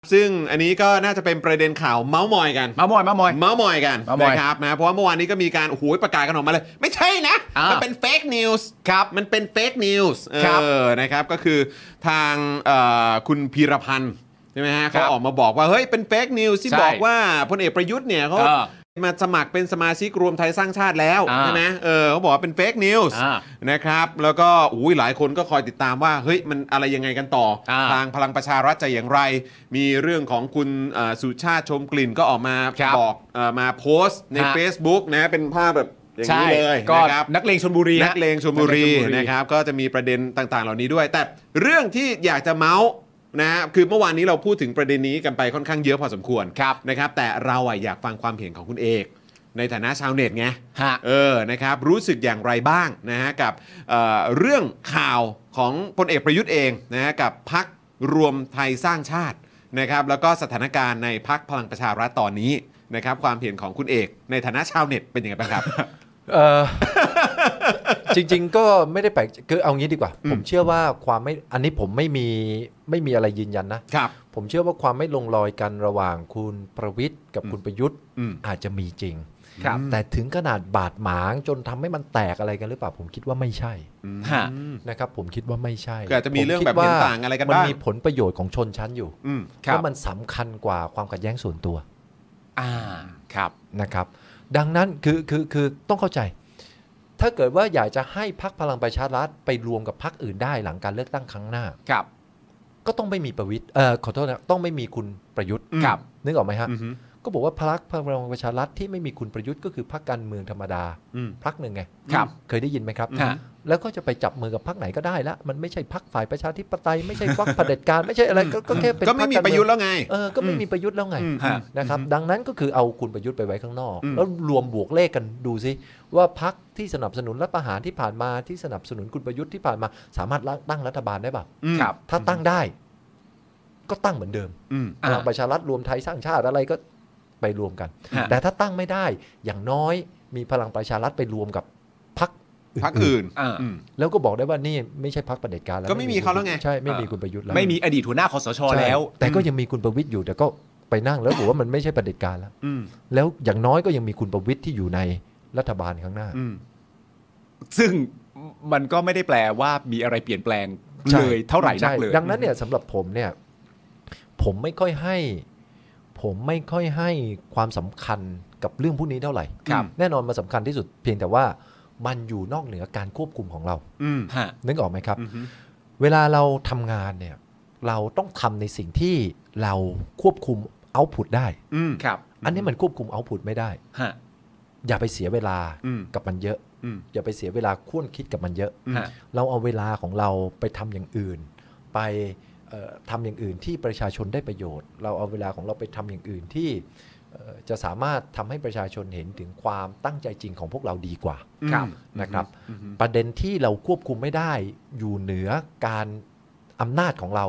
ซึ่งอันนี้ก็น่าจะเป็นประเด็นข่าวเมาส์มอยกันกันนะครับนะเพราะว่าเมื่อวานนี้ก็มีการประกาศกันออกมาเลยไม่ใช่นะมันเป็นเฟกนิวส์ครับมันเป็นเฟกนิวส์นะครับก็คือทางคุณพีรพันธ์ใช่ไหมฮะเขาออกมาบอกว่าเฮ้ยเป็นเฟกนิวส์ที่บอกว่าพลเอกประยุทธ์เนี่ยเขามาสมัครเป็นสมาชิกรวมไทยสร้างชาติแล้วใช่ไหมเขาบอกว่าเป็นเฟกนิวส์นะครับแล้วก็หลายคนก็คอยติดตามว่าเฮ้ยมันอะไรยังไงกันต่อทางพลังประชารัฐจะอย่างไรมีเรื่องของคุณสุชาติชมกลิ่นก็ออกมาบอกมาโพสต์ใน Facebook นะเป็นภาพแบบอย่างนี้เลยนะครับนักเลงชลบุรีนะครับก็จะมีประเด็นต่างๆเหล่านี้ด้วยแต่เรื่องที่อยากจะเมาส์นะคือเมื่อวานนี้เราพูดถึงประเด็นนี้กันไปค่อนข้างเยอะพอสมควรนะครับแต่เราอยากฟังความเห็นของคุณเอกในฐานะชาวเน็ตไงนะครับรู้สึกอย่างไรบ้างนะฮะกับเรื่องข่าวของพลเอกประยุทธ์เองนะฮะกับพรรครวมไทยสร้างชาตินะครับแล้วก็สถานการณ์ในพรรคพลังประชารัฐตอนนี้นะครับความเห็นของคุณเอกในฐานะชาวเน็ตเป็นยังไงบ้างครับจริงๆก็ไม่ได้แปลกคือเอางี้ดีกว่าผมเชื่อว่าความไม่อันนี้ผมไม่มีอะไรยืนยันนะครับผมเชื่อว่าความไม่ลงรอยกันระหว่างคุณประวิตรกับคุณประยุทธ์อาจจะมีจริงแต่ถึงขนาดบาดหมางจนทำให้มันแตกอะไรกันหรือเปล่าผมคิดว่าไม่ใช่นะครับผมคิดว่าไม่ใช่อาจจะมีเรื่องแบบเห็นต่างอะไรกันบ้างมันมีผลประโยชน์ของชนชั้นอยู่แล้วมันสำคัญกว่าความขัดแย้งส่วนตัวครับนะครับดังนั้นคือต้องเข้าใจถ้าเกิดว่าอยากจะให้พรรคพลังประชารัฐไปรวมกับพรรคอื่นได้หลังการเลือกตั้งครั้งหน้าก็ต้องไม่มีประวิตรขอโทษนะต้องไม่มีคุณประยุทธ์นึกออกไหมฮะก็บอกว่าพรรคพลังประชารัฐที่ไม่มีคุณประยุทธ์ก็คือพรรคการเมืองธรรมดาพรรคหนึ่งไงเคยได้ยินไหมครับแล้วก็จะไปจับมือกับพรรคไหนก็ได้ละมันไม่ใช่พรรคฝ่ายประชาธิปไตยไม่ใช่พรรคเผด็จการไม่ใช่อะไรก็แค่เป็นก็ไม่มีประยุทธ์แล้วไงก็ไม่มีประยุทธ์แล้วไงนะครับดังนั้นก็คือเอาคุณประยุทธ์ไปไว้ข้างนอกแล้วรวมบวกเลขกันดูซิว่าพรรคที่สนับสนุนรัฐประหารที่ผ่านมาที่สนับสนุนคุณประยุทธ์ที่ผ่านมาสามารถตั้งรัฐบาลได้ป่ะถ้าตั้งได้ก็ตั้งเหมือนเดิมพลังประชารัฐรวมไทยสร้างชาติอะไรก็ไปรวมกันแต่ถ้าตั้งไม่ได้อย่างน้อยมีพลังประชารัฐไปรวมกับพรรคอื่นแล้วก็บอกได้ว่านี่ไม่ใช่พรรคเผด็จการแล้วก็ไม่มีเขาแล้วไงใช่ไม่มีคุณประยุทธ์แล้วไม่มีอดีตหัวหน้าคสช.แล้วแต่ก็ยังมีคุณประวิตรอยู่แต่ก็ไปนั่งแล้วบอกว่ามันไม่ใช่เผด็จการแล้วแล้วอย่างน้อยก็ยังมีคุณประวิตรที่อยู่ในรัฐบาลข้างหน้าซึ่งมันก็ไม่ได้แปลว่ามีอะไรเปลี่ยนแปลงเลยเท่าไหร่นักเลยดังนั้นเนี่ยสำหรับผมเนี่ยผมไม่ค่อยให้ความสำคัญกับเรื่องพวกนี้เท่าไหร่แน่นอนมันสำคัญที่สุดเพียงแต่ว่ามันอยู่นอกเหนือการควบคุมของเรานึกออกไหมครับเวลาเราทำงานเนี่ยเราต้องทำในสิ่งที่เราควบคุมเอาท์พุตได้อันนี้มันควบคุมเอาท์พุตไม่ได้อย่าไปเสียเวลากับมันเยอะอย่าไปเสียเวลาคุ้นคิดกับมันเยอะเราเอาเวลาของเราไปทำอย่างอื่นไปทำอย่างอื่นที่ประชาชนได้ประโยชน์เราเอาเวลาของเราไปทำอย่างอื่นที่จะสามารถทำให้ประชาชนเห็นถึงความตั้งใจจริงของพวกเราดีกว่านะครับประเด็นที่เราควบคุมไม่ได้อยู่เหนือการอำนาจของเรา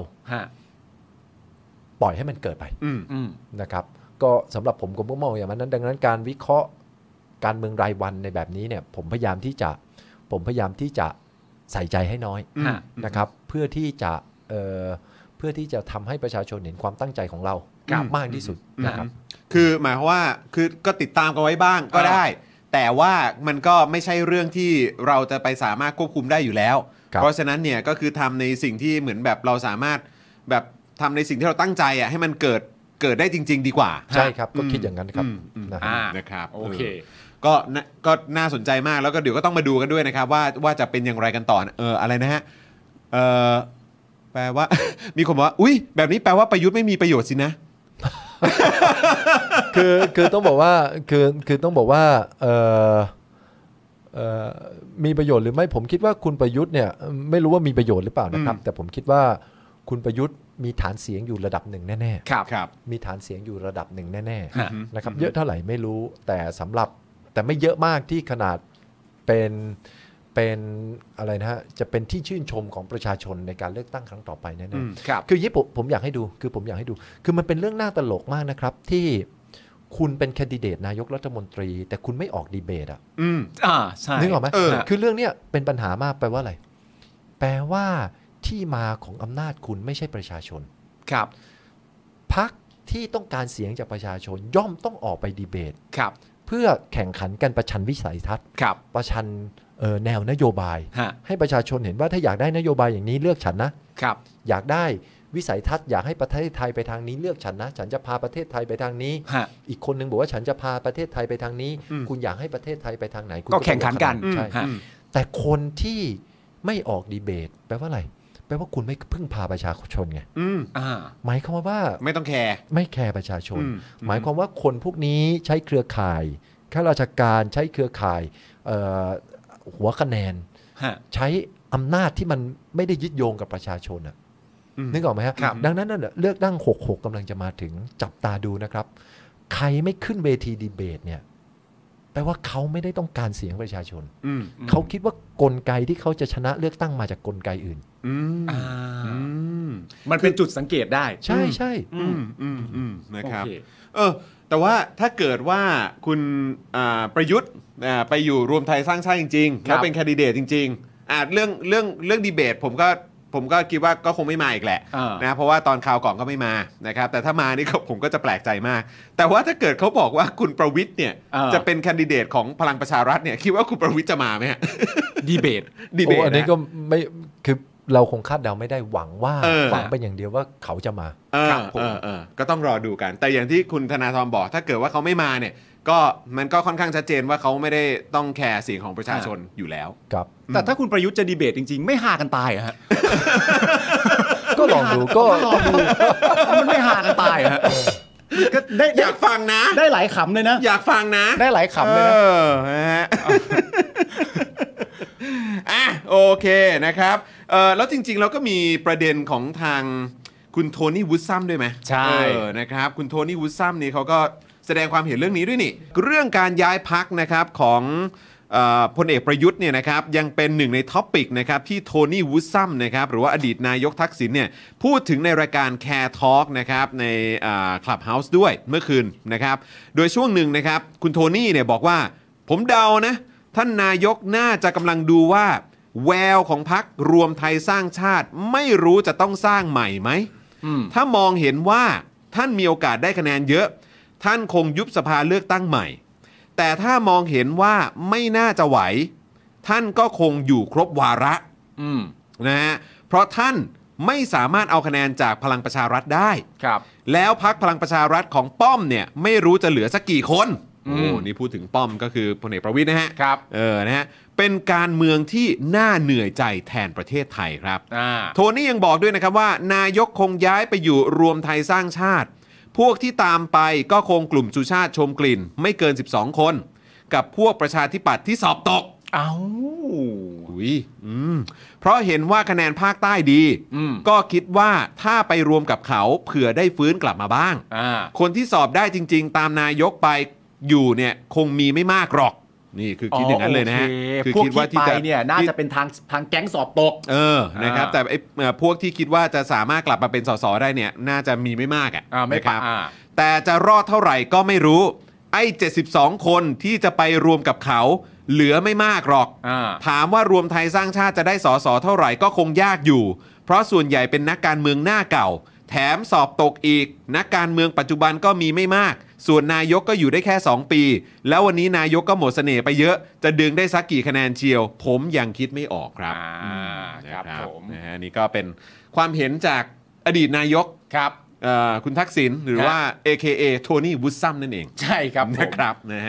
ปล่อยให้มันเกิดไปนะครับก็สำหรับผมก็มองอย่างนั้นดังนั้นการวิเคราะห์การเมืองรายวันในแบบนี้เนี่ยผมพยายามที่จะใส่ใจให้น้อยนะครับเพื่อที่จะทำให้ประชาชนเห็นความตั้งใจของเรามากที่สุดนะครับคือหมายความว่าคือก็ติดตามกันไว้บ้างก็ได้แต่ว่ามันก็ไม่ใช่เรื่องที่เราจะไปสามารถควบคุมได้อยู่แล้วเพราะฉะนั้นเนี่ยก็คือทำในสิ่งที่เหมือนแบบเราสามารถแบบทำในสิ่งที่เราตั้งใจให้มันเกิดได้จริงๆดีกว่าใช่ครับก็คิดอย่างนั้นครับนะครับโอเคก็น่าสนใจมากแล้วก็เดี๋ยวก็ต้องมาดูกันด้วยนะครับว่าจะเป็นอย่างไรกันต่ออะไรนะฮะแปลว่า มีคนบอกว่าอุ้ยแบบนี้แปลว่าประยุทธ์ไม่มีประโยชน์สินะคือต้องบอกว่าคือต้องบอกว่ามีประโยชน์หรือไม่ผมคิดว่าคุณประยุทธ์เนี่ยไม่รู้ว่ามีประโยชน์หรือเปล่านะครับแต่ผมคิดว่าคุณประยุทธ์มีฐานเสียงอยู่ระดับหนึ่งแน่ๆมีฐานเสียงอยู่ระดับหนึ่งแน่ๆนะครับเยอะเท่าไหร่ไม่รู้แต่ไม่เยอะมากที่ขนาดเป็นอะไรนะฮะจะเป็นที่ชื่นชมของประชาชนในการเลือกตั้งครั้งต่อไปแน่ๆคือผมอยากให้ดูคือมันเป็นเรื่องน่าตลกมากนะครับที่คุณเป็นแคนดิเดตนายกรัฐมนตรีแต่คุณไม่ออกดีเบตใช่นึกออกไหมคือเรื่องนี้เป็นปัญหามากแปลว่าอะไรแปลว่าที่มาของอำนาจคุณไม่ใช่ประชาชนครับพรรคที่ต้องการเสียงจากประชาชนย่อมต้องออกไปดีเบตครับเพื่อแข่งขันกันประชันวิสัยทัศน์ประชันแนวนโยบายให้ประชาชนเห็นว่าถ้าอยากได้นโยบายอย่างนี้เลือกฉันนะครับอยากได้วิสัยทัศน์อยากให้ประเทศไทยไปทางนี้เลือกฉันนะฉันจะพาประเทศไทยไปทางนี้อีกคนนึงบอกว่าฉันจะพาประเทศไทยไปทางนี้คุณอยากให้ประเทศไทยไปทางไหนก็แข่งขันกันใช่แต่คนที่ไม่ออกดีเบตแปลว่าอะไรแปลว่าคุณไม่พึ่งพาประชาชนไงหมายความว่าไม่ต้องแคร์ไม่แคร์ประชาชนหมายความว่าคนพวกนี้ใช้เครือข่ายข้าราชการใช้เครือข่ายหัวคะแนนใช้อำนาจที่มันไม่ได้ยึดโยงกับประชาชนนึกออกไหมครับดังนั้นเลือกตั้ง66กำลังจะมาถึงจับตาดูนะครับใครไม่ขึ้นเวทีดีเบตเนี่ยแปลว่าเขาไม่ได้ต้องการเสียงประชาชนเขาคิดว่ากลไกที่เขาจะชนะเลือกตั้งมาจากกลไกอื่นมันเป็นจุดสังเกตได้ใช่ใช่นะครับแต่ว่าถ้าเกิดว่าคุณประยุทธ์ไปอยู่รวมไทยสร้างชาติจริงๆแล้วเป็นแคนดิเดตจริงๆเรื่องดีเบตผมก็คิดว่าก็คงไม่มาอีกแหละนะเพราะว่าตอนข่าวก่อนก็ไม่มานะครับแต่ถ้ามานี่ผมก็จะแปลกใจมากแต่ว่าถ้าเกิดเขาบอกว่าคุณประวิทย์เนี่ยจะเป็นแคนดิเดตของพลังประชารัฐเนี่ยคิดว่าคุณประวิทย์จะมาไหมฮะดีเบตอันนี้ก็ไม่คือเราคงคาดเดาไม่ได้หวังเป็นอย่างเดียวว่าเขาจะมาก็ต้องรอดูกันแต่อย่างที่คุณธนาธรบอกถ้าเกิดว่าเขาไม่มาเนี่ยก็มันก็ค่อนข้างชัดเจนว่าเขาไม่ได้ต้องแคร์เสียงของประชาชนอยู่แล้วครับแต่ถ้าคุณประยุทธ์จะดีเบตจริงๆไม่หากันตายฮะก็ลองดูมันไม่หากันตายฮะก็อยากฟังนะได้หลายขำเลยนะอยากฟังนะได้หลายขำเลยนะโอเคนะครับแล้วจริงๆเราก็มีประเด็นของทางคุณโทนี่วูดซัมด้วยไหมใช่นะครับคุณโทนี่วูดซัมนี่เขาก็แสดงความเห็นเรื่องนี้ด้วยนี่เรื่องการย้ายพรรคนะครับของพลเอกประยุทธ์เนี่ยนะครับยังเป็นหนึ่งในท็อปิกนะครับที่โทนี่วูดซัมนะครับหรือว่าอดีตนายกทักษิณเนี่ยพูดถึงในรายการ Care Talk นะครับในClubhouse ด้วยเมื่อคืนนะครับโดยช่วงหนึ่งนะครับคุณโทนี่เนี่ยบอกว่าผมเดานะท่านนายกน่าจะกำลังดูว่าแววของพรรครวมไทยสร้างชาติไม่รู้จะต้องสร้างใหม่ไหมถ้ามองเห็นว่าท่านมีโอกาสได้คะแนนเยอะท่านคงยุบสภาเลือกตั้งใหม่แต่ถ้ามองเห็นว่าไม่น่าจะไหวท่านก็คงอยู่ครบวาระนะฮะเพราะท่านไม่สามารถเอาคะแนนจากพลังประชารัฐได้ครับแล้วพรรคพลังประชารัฐของป้อมเนี่ยไม่รู้จะเหลือสักกี่คนนี่พูดถึงป้อมก็คือพลเอกประวิตรนะฮะครับนะฮะเป็นการเมืองที่น่าเหนื่อยใจแทนประเทศไทยครับโทนี่ยังบอกด้วยนะครับว่านายกคงย้ายไปอยู่รวมไทยสร้างชาติพวกที่ตามไปก็คงกลุ่มสุชาติชมกลิ่นไม่เกิน12คนกับพวกประชาธิปัตย์ที่สอบตกเพราะเห็นว่าคะแนนภาคใต้ดีก็คิดว่าถ้าไปรวมกับเขาเผื่อได้ฟื้นกลับมาบ้างคนที่สอบได้จริงๆตามนายกไปอยู่เนี่ยคงมีไม่มากหรอกนี่คือคิดอย่างนั้นเลยนะฮะคือคิดว่าที่ไปเนี่ยน่าจะเป็นทางแก๊งสอบตกนะครับแต่พวกที่คิดว่าจะสามารถกลับมาเป็นสสได้เนี่ยน่าจะมีไม่มากนะครับแต่จะรอดเท่าไหร่ก็ไม่รู้ไอ้72คนที่จะไปรวมกับเขาเหลือไม่มากหรอกถามว่ารวมไทยสร้างชาติจะได้สสเท่าไหร่ก็คงยากอยู่เพราะส่วนใหญ่เป็นนักการเมืองหน้าเก่าแถมสอบตกอีกนักการเมืองปัจจุบันก็มีไม่มากส่วนนายกก็อยู่ได้แค่2ปีแล้ววันนี้นายกก็หมดเสน่ห์ไปเยอะจะดึงได้สักกี่คะแนนเชียวผมยังคิดไม่ออกครับครับผมนะฮะนี่ก็เป็นความเห็นจากอดีตนายกครับคุณทักษิณหรือว่า AKA โทนี่วูดซัมนั่นเองใช่ครับนะครับนะฮะ